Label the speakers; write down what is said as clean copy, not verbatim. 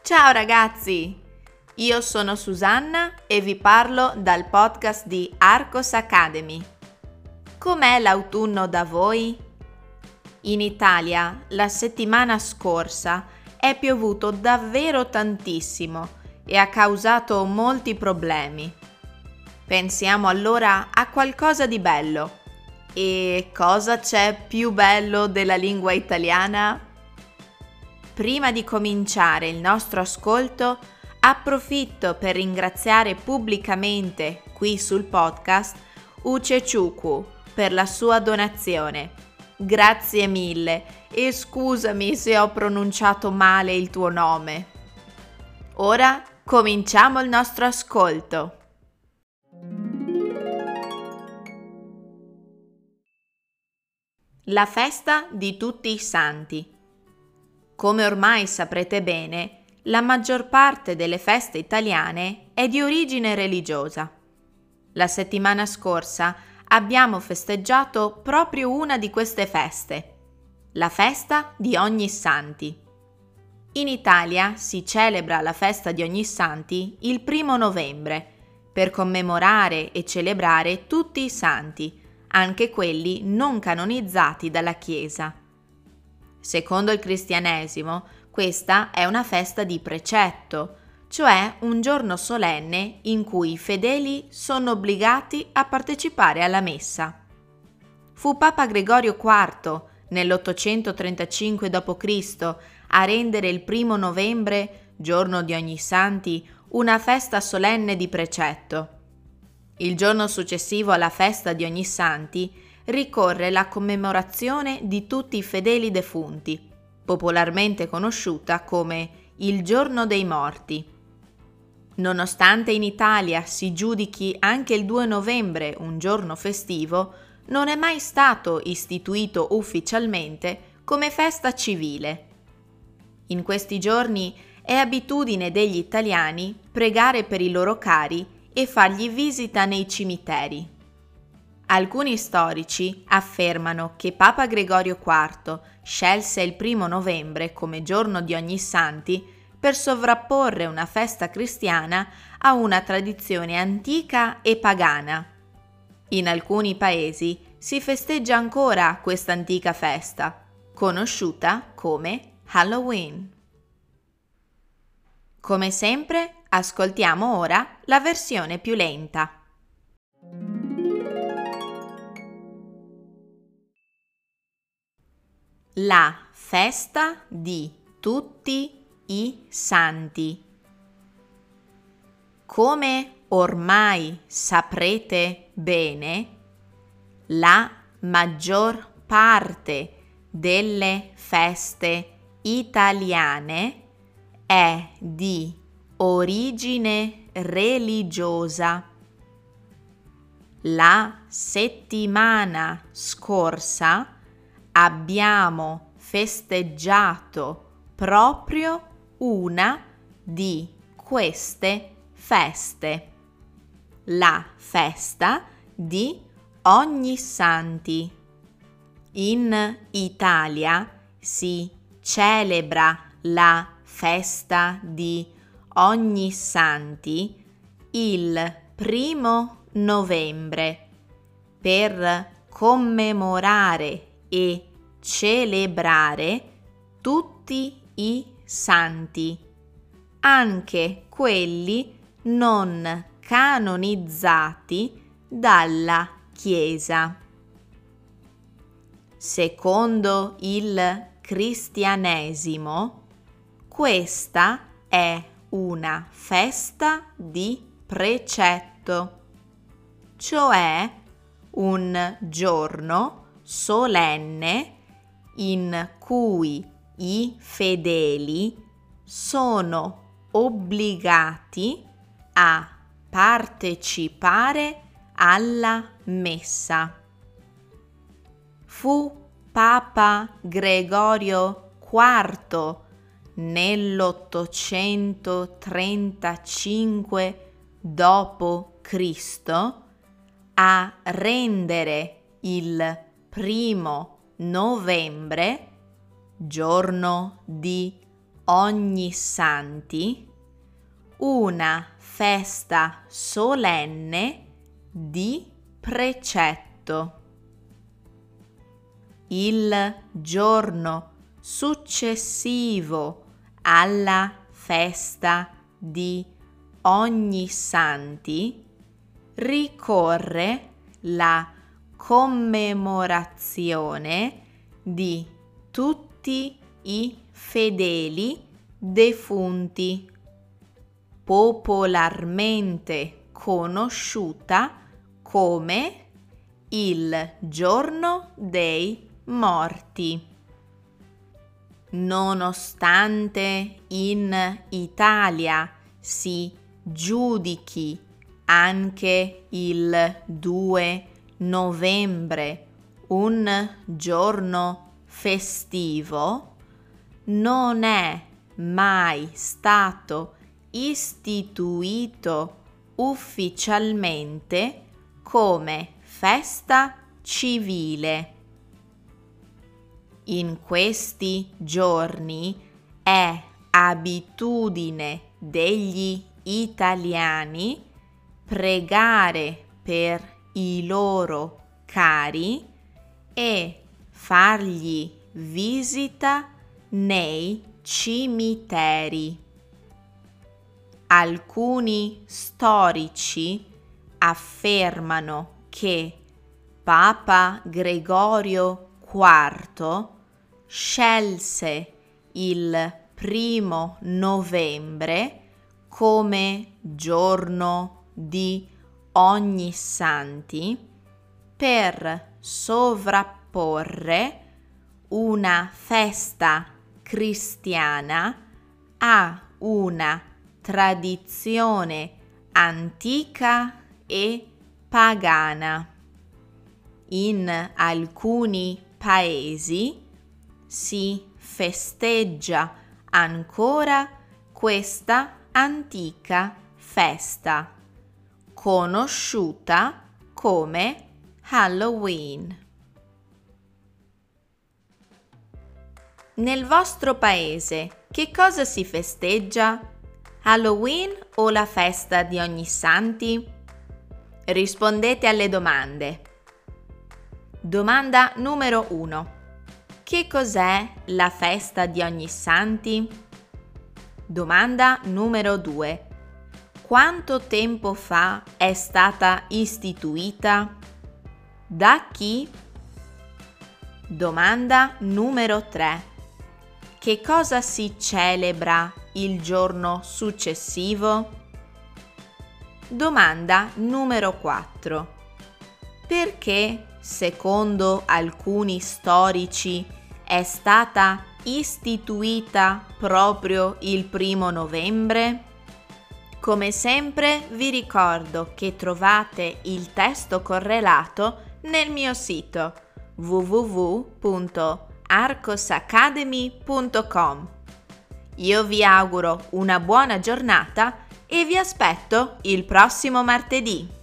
Speaker 1: Ciao ragazzi, io sono Susanna e vi parlo dal podcast di Arcos Academy. Com'è l'autunno da voi? In Italia la settimana scorsa è piovuto davvero tantissimo e ha causato molti problemi. Pensiamo allora a qualcosa di bello. E cosa c'è più bello della lingua italiana? Prima di cominciare il nostro ascolto, approfitto per ringraziare pubblicamente qui sul podcast Uceciucu per la sua donazione. Grazie mille e scusami se ho pronunciato male il tuo nome. Ora cominciamo il nostro ascolto. La festa di tutti i santi. Come ormai saprete bene, la maggior parte delle feste italiane è di origine religiosa. La settimana scorsa abbiamo festeggiato proprio una di queste feste, la festa di Ognissanti. In Italia si celebra la festa di Ognissanti il 1° novembre per commemorare e celebrare tutti i santi, anche quelli non canonizzati dalla Chiesa. Secondo il cristianesimo, questa è una festa di precetto, cioè un giorno solenne in cui i fedeli sono obbligati a partecipare alla messa. Fu Papa Gregorio IV, nell'835 d.C., a rendere il 1° novembre, giorno di Ognissanti, una festa solenne di precetto. Il giorno successivo alla festa di Ognissanti ricorre la commemorazione di tutti i fedeli defunti, popolarmente conosciuta come il Giorno dei Morti. Nonostante in Italia si giudichi anche il 2 novembre un giorno festivo, non è mai stato istituito ufficialmente come festa civile. In questi giorni è abitudine degli italiani pregare per i loro cari e fargli visita nei cimiteri. Alcuni storici affermano che Papa Gregorio IV scelse il 1° novembre come giorno di Ognissanti per sovrapporre una festa cristiana a una tradizione antica e pagana. In alcuni paesi si festeggia ancora questa antica festa, conosciuta come Halloween. Come sempre, ascoltiamo ora la versione più lenta. La festa di tutti i santi. Come ormai saprete bene, la maggior parte delle feste italiane è di origine religiosa. La settimana scorsa abbiamo festeggiato proprio una di queste feste, la festa di Ognissanti. In Italia si celebra la festa di Ognissanti il 1° novembre per commemorare e celebrare tutti i santi, anche quelli non canonizzati dalla Chiesa. Secondo il cristianesimo, questa è una festa di precetto, cioè un giorno solenne in cui i fedeli sono obbligati a partecipare alla messa. Fu Papa Gregorio IV nell'835 d.C. a rendere il 1° novembre, giorno di Ognissanti, una festa solenne di precetto. Il giorno successivo alla festa di Ognissanti ricorre la commemorazione di tutti i fedeli defunti, popolarmente conosciuta come il giorno dei morti. Nonostante in Italia si giudichi anche il 2 novembre un giorno festivo, non è mai stato istituito ufficialmente come festa civile. In questi giorni è abitudine degli italiani pregare per i loro cari e fargli visita nei cimiteri. Alcuni storici affermano che Papa Gregorio IV scelse il 1 novembre come giorno di Ognissanti per sovrapporre una festa cristiana a una tradizione antica e pagana. In alcuni paesi si festeggia ancora questa antica festa, conosciuta come Halloween. Nel vostro paese che cosa si festeggia? Halloween o la festa di Ognissanti? Rispondete alle domande. Domanda numero 1. Che cos'è la festa di Ognissanti? Domanda numero 2. Quanto tempo fa è stata istituita? Da chi? Domanda numero 3. Che cosa si celebra il giorno successivo? Domanda numero 4. Perché, secondo alcuni storici, è stata istituita proprio il 1 novembre? Come sempre vi ricordo che trovate il testo correlato nel mio sito www.arcosacademy.com. Io vi auguro una buona giornata e vi aspetto il prossimo martedì.